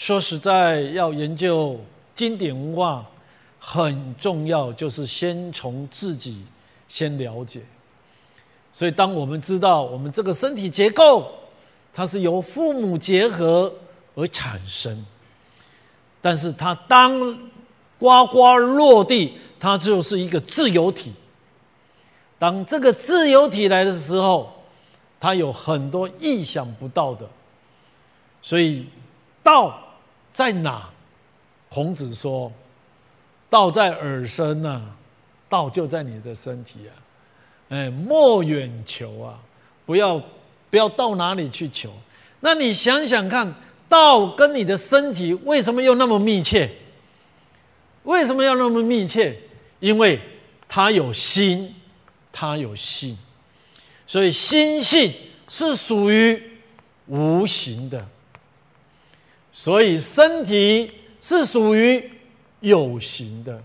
说实在，要研究经典文化，很重要，就是先从自己先了解。所以，当我们知道我们这个身体结构，它是由父母结合而产生，但是它当呱呱落地，它就是一个自由体。当这个自由体来的时候，它有很多意想不到的。所以道在哪？孔子说，道在耳身啊，道就在你的身体啊，莫远求啊，不要到哪里去求。那你想想看，道跟你的身体为什么又那么密切？为什么要那么密切？因为它有心，它有性，所以心性是属于无形的，所以身体是属于有形的。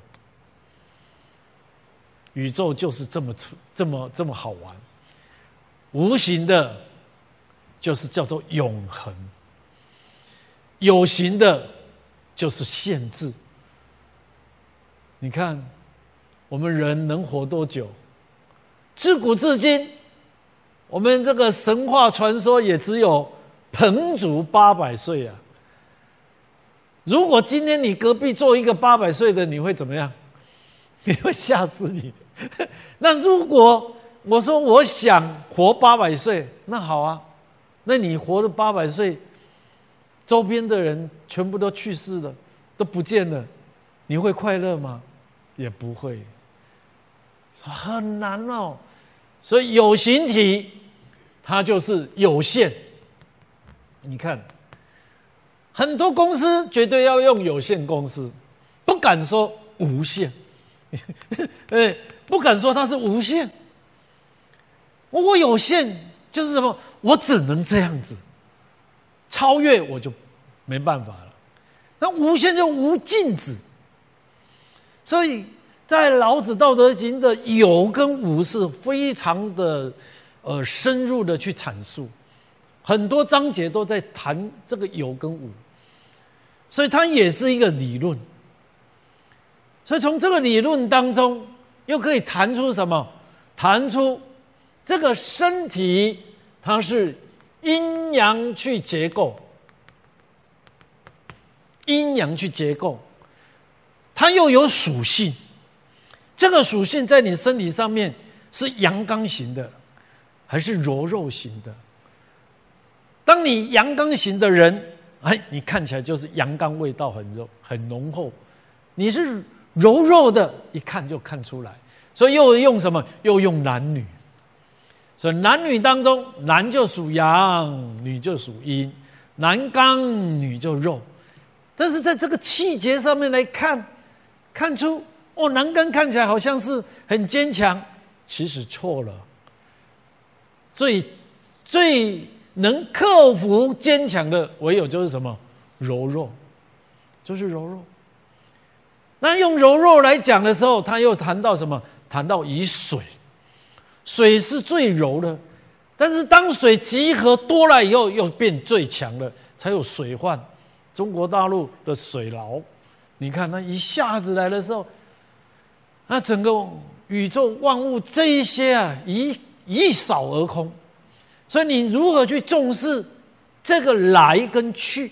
宇宙就是这么好玩，无形的就是叫做永恒，有形的就是限制。你看我们人能活多久？自古至今，我们这个神话传说也只有彭祖800岁啊。如果今天你隔壁坐一个800岁的，你会怎么样？你会吓死你。那如果我说我想活800岁，那好啊，那你活了800岁，周边的人全部都去世了，都不见了，你会快乐吗？也不会，很难哦。所以有形体它就是有限。你看很多公司绝对要用有限公司，不敢说无限不敢说它是无限。我有限就是什么？我只能这样子，超越我就没办法了。那无限就无尽止。所以在老子《道德经》的有跟无是非常的深入的去阐述，很多章节都在谈这个有跟无，所以它也是一个理论。所以从这个理论当中，又可以谈出什么？谈出这个身体它是阴阳去结构，阴阳去结构，它又有属性。这个属性在你身体上面是阳刚型的，还是柔肉型的？当你阳刚型的人，你看起来就是阳刚味道很浓厚。你是柔肉的，一看就看出来。所以又用什么？又用男女。所以男女当中，男就属阳，女就属阴，男刚女就肉。但是在这个气节上面来看出男刚看起来好像是很坚强，其实错了。最能克服坚强的，唯有就是什么？柔弱，就是柔弱。那用柔弱来讲的时候，他又谈到什么？谈到以水，水是最柔的，但是当水集合多了以后，又变最强了，才有水患。中国大陆的水涝，你看那一下子来的时候，那整个宇宙万物这一些一扫而空。所以你如何去重视这个来跟去？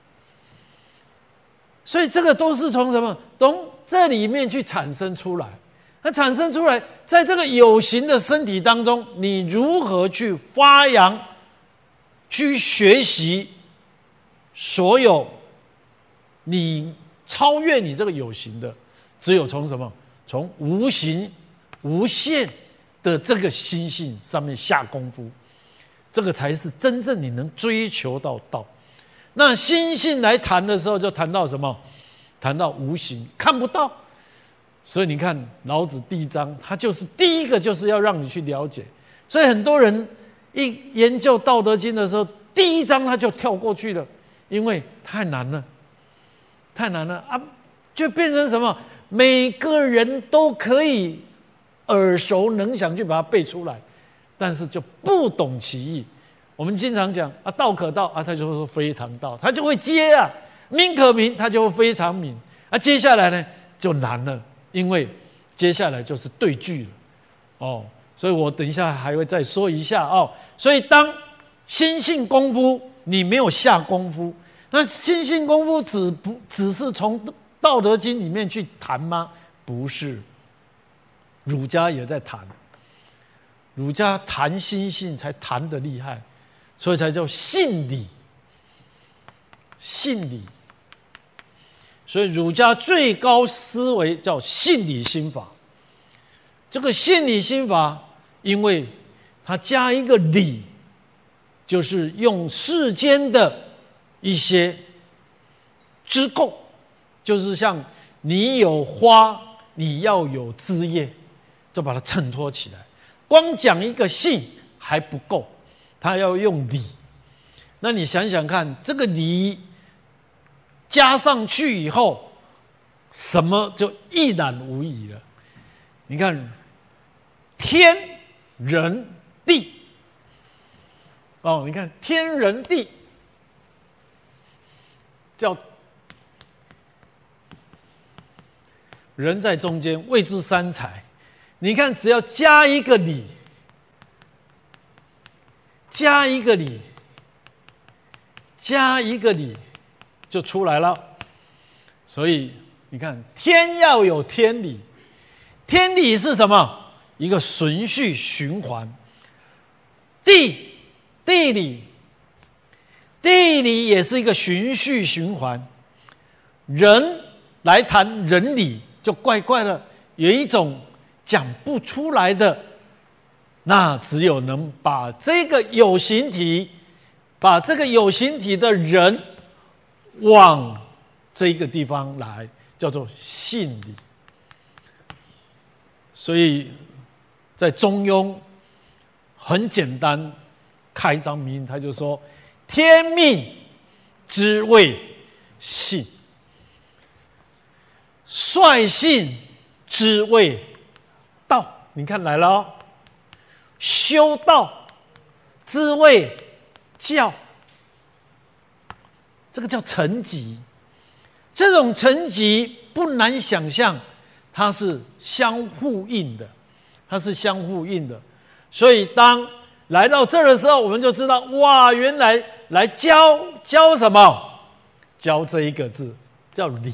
所以这个都是从什么？从这里面去产生出来。它产生出来，在这个有形的身体当中，你如何去发扬、去学习所有你超越你这个有形的，只有从什么？从无形、无限的这个心性上面下功夫，这个才是真正你能追求到道。那心性来谈的时候，就谈到什么？谈到无形，看不到。所以你看老子第一章，他就是第一个就是要让你去了解。所以很多人一研究《道德经》的时候，第一章他就跳过去了，因为太难了啊！就变成什么？每个人都可以耳熟能详去把它背出来，但是就不懂其意。我们经常讲道可道他就说非常道，他就会接名可名，它就会非常名。接下来呢就难了，因为接下来就是对句了哦。所以我等一下还会再说一下哦。所以当心性功夫你没有下功夫，那心性功夫只是从《道德经》里面去谈吗？不是，儒家也在谈。儒家谈心性才谈得厉害，所以才叫性理。性理，所以儒家最高思维叫性理心法。这个性理心法，因为它加一个理，就是用世间的一些枝构，就是像你有花，你要有枝叶，就把它衬托起来。光讲一个性还不够，它要用理。那你想想看，这个理加上去以后，什么就一览无遗了。你看，天人地，哦，你看天人地，叫人在中间，谓之三才。你看，只要加一个理，加一个理，加一个理，就出来了。所以你看，天要有天理，天理是什么？一个顺序循环。地理也是一个循序循环。人来谈人理，就怪怪的，有一种讲不出来的，那只有能把这个有形体的人往这个地方来，叫做性理。所以在中庸很简单，开张名他就说：天命之谓性，率性之谓道。你看来了哦，修道之谓教，这个叫层级。这种层级不难想象，它是相互应的，所以当来到这儿的时候，我们就知道，哇，原来来教什么？教这一个字叫理。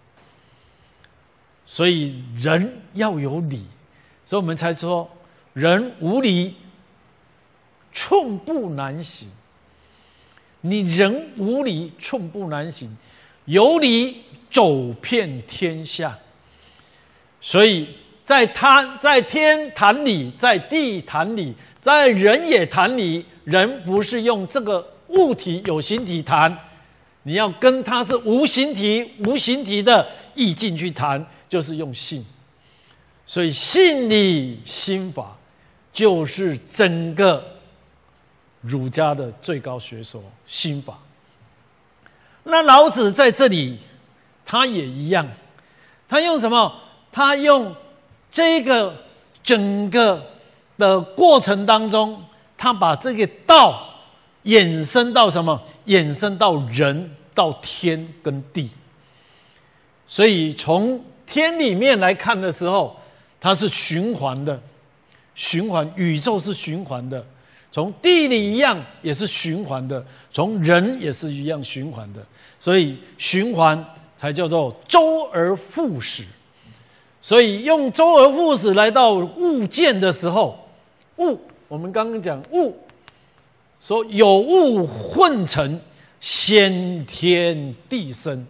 所以人要有理，所以我们才说人无理，寸步难行。你人无理，寸步难行；有理，走遍天下。所以在天谈理，在地谈理，在人也谈理。人不是用这个物体有形体谈，你要跟它是无形体的意境去谈，就是用性。所以性理心法就是整个儒家的最高学说心法。那老子在这里他也一样，他用什么？他用这个整个的过程当中，他把这个道衍生到什么？衍生到人，到天跟地。所以从天里面来看的时候，它是循环的，宇宙是循环的。从地理一样也是循环的，从人也是一样循环的。所以循环才叫做周而复始。所以用周而复始来到物件的时候，物，我们刚刚讲物，说有物混成，先天地生。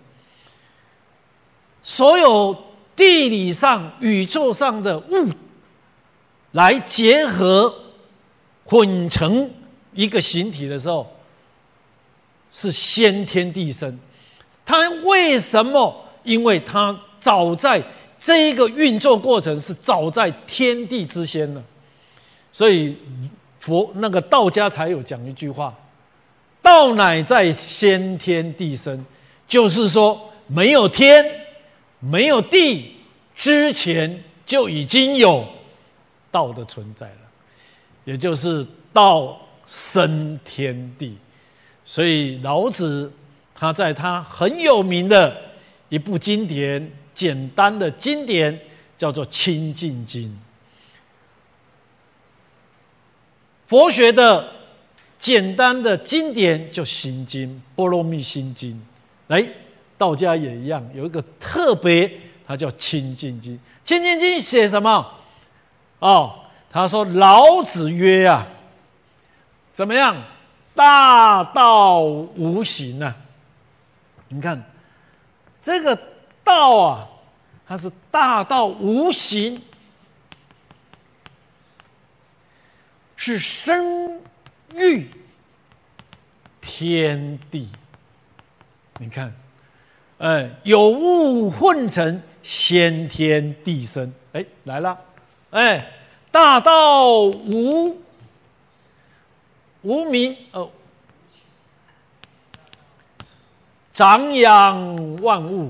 所有地理上、宇宙上的物来结合、混成一个形体的时候，是先天地生。它为什么？因为它早在这一个运作过程是早在天地之先了。所以道家才有讲一句话：道乃在先天地生，就是说没有天没有地之前就已经有道的存在了，也就是道生天地。所以老子他在他很有名的一部经典，简单的经典，叫做《清净经》。佛学的简单的经典就《心经》，《波罗蜜心经》。道家也一样，有一个特别，它叫《清净经》。《清净经》写什么？他说老子曰啊，怎么样？大道无形啊！你看这个道啊，它是大道无形，是生育天地。你看，有物混成，先天地生。来了，大道无名，长养万物。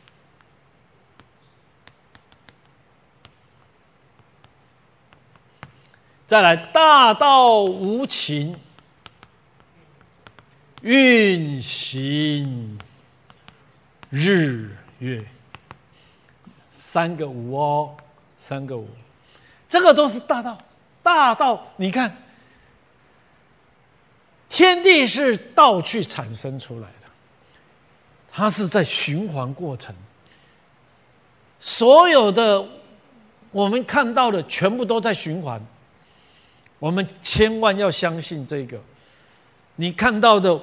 再来，大道无情，运行日月。三个无哦，三个无，这个都是大道。大道，你看，天地是道去产生出来的，它是在循环过程。所有的我们看到的全部都在循环，我们千万要相信这个。你看到的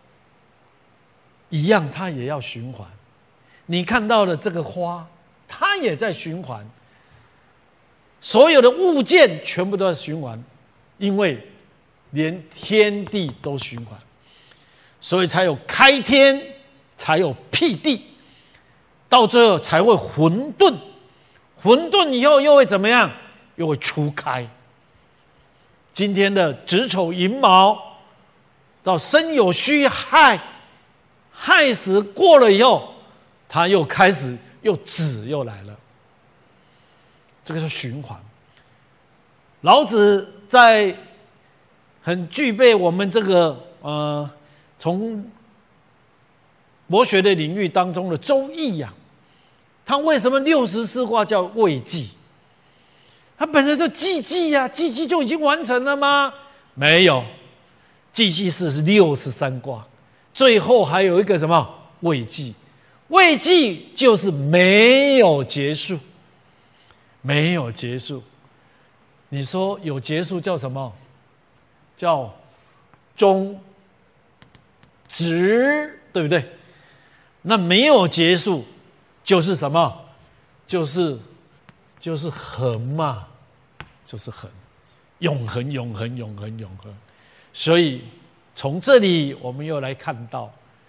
一样，它也要循环。你看到的这个花，它也在循环。所有的物件全部都在循环，因为连天地都循环，所以才有开天，才有辟地，到最后才会混沌。混沌以后又会怎么样？又会初开。今天的子丑寅卯，到申酉戌亥，亥时过了以后，它又开始又子又来了。这个是循环。老子在很具备我们这个从佛学的领域当中的周易呀，他为什么64卦叫未济？他本来就济济呀，济济就已经完成了吗？没有，济济是63卦，最后还有一个什么未济？未济就是没有结束。没有结束，你说有结束叫什么？叫终止，对不对？那没有结束就是什么？就是恒嘛，就是恒，永恒，永恒，永恒，永恒。所以从这里我们又来看到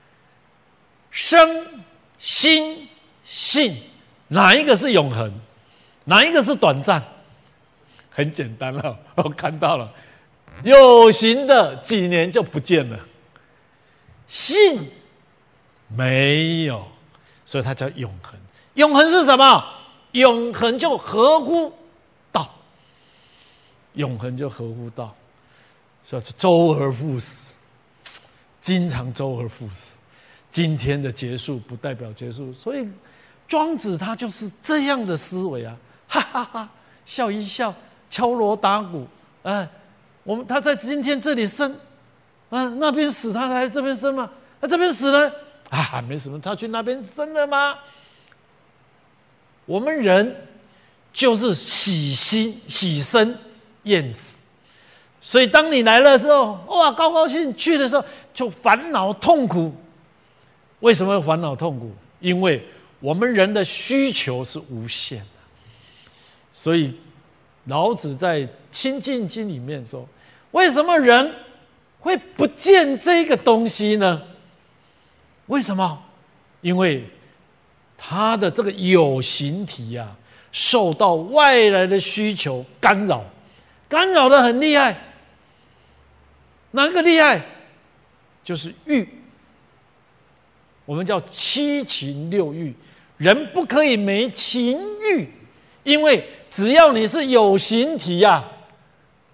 生、心、性，哪一个是永恒？哪一个是短暂？很简单了，我看到了，有形的几年就不见了，性没有，所以它叫永恒。永恒是什么？永恒就合乎道，永恒就合乎道，所以是周而复始，经常周而复始。今天的结束不代表结束，所以庄子他就是这样的思维啊。哈哈哈，笑一笑，敲锣打鼓，他在今天这里生，那边死，他来这边生吗？这边死了，没什么，他去那边生了吗？我们人就是喜生厌死，所以当你来的时候，哇，高高兴兴去的时候，就烦恼痛苦。为什么会烦恼痛苦？因为我们人的需求是无限的。所以老子在《清净经》里面说，为什么人会不见这个东西呢？为什么？因为他的这个有形体啊，受到外来的需求干扰，干扰得很厉害。哪个厉害？就是欲，我们叫七情六欲。人不可以没情欲，因为只要你是有形体啊，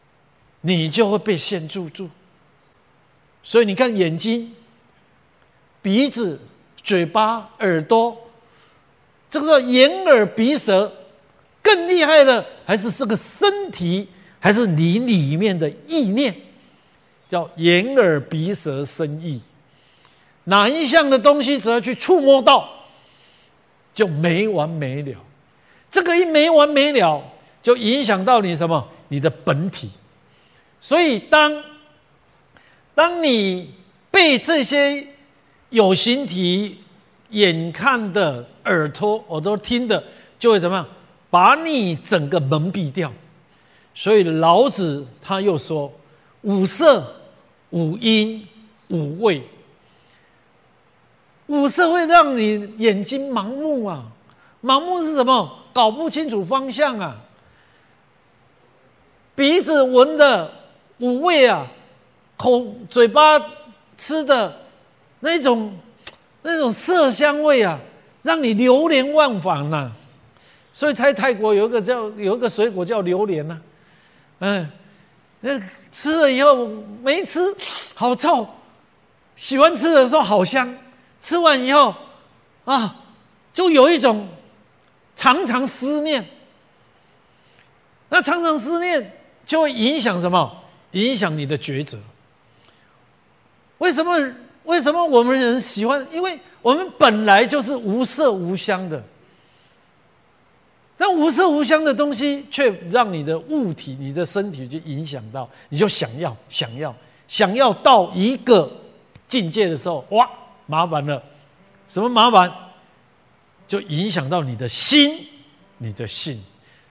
你就会被限制住。所以你看眼睛， 鼻子、嘴巴、耳朵，这个眼耳鼻舌。更厉害的还是这个身体，还是你里面的意念，叫眼耳鼻舌身意。哪一项的东西只要去触摸到，就没完没了。这个一没完没了，就影响到你什么？你的本体。所以当你被这些有形体眼看的、耳朵听的，就会怎么样？把你整个蒙蔽掉。所以老子他又说：五色、五音、五味。五色会让你眼睛盲目啊，盲目是什么？搞不清楚方向啊。鼻子闻的五味啊，嘴巴吃的那种色香味啊，让你流连忘返啊。所以在泰国有一个水果叫榴莲啊，吃了以后没吃好臭，喜欢吃的时候好香，吃完以后啊，就有一种常常思念。那常常思念就会影响什么？影响你的抉择。为什么我们人喜欢？因为我们本来就是无色无香的。但无色无香的东西，却让你的物体、你的身体就影响到，你就想要到一个境界的时候，哇，麻烦了。什么麻烦？就影响到你的心、你的性。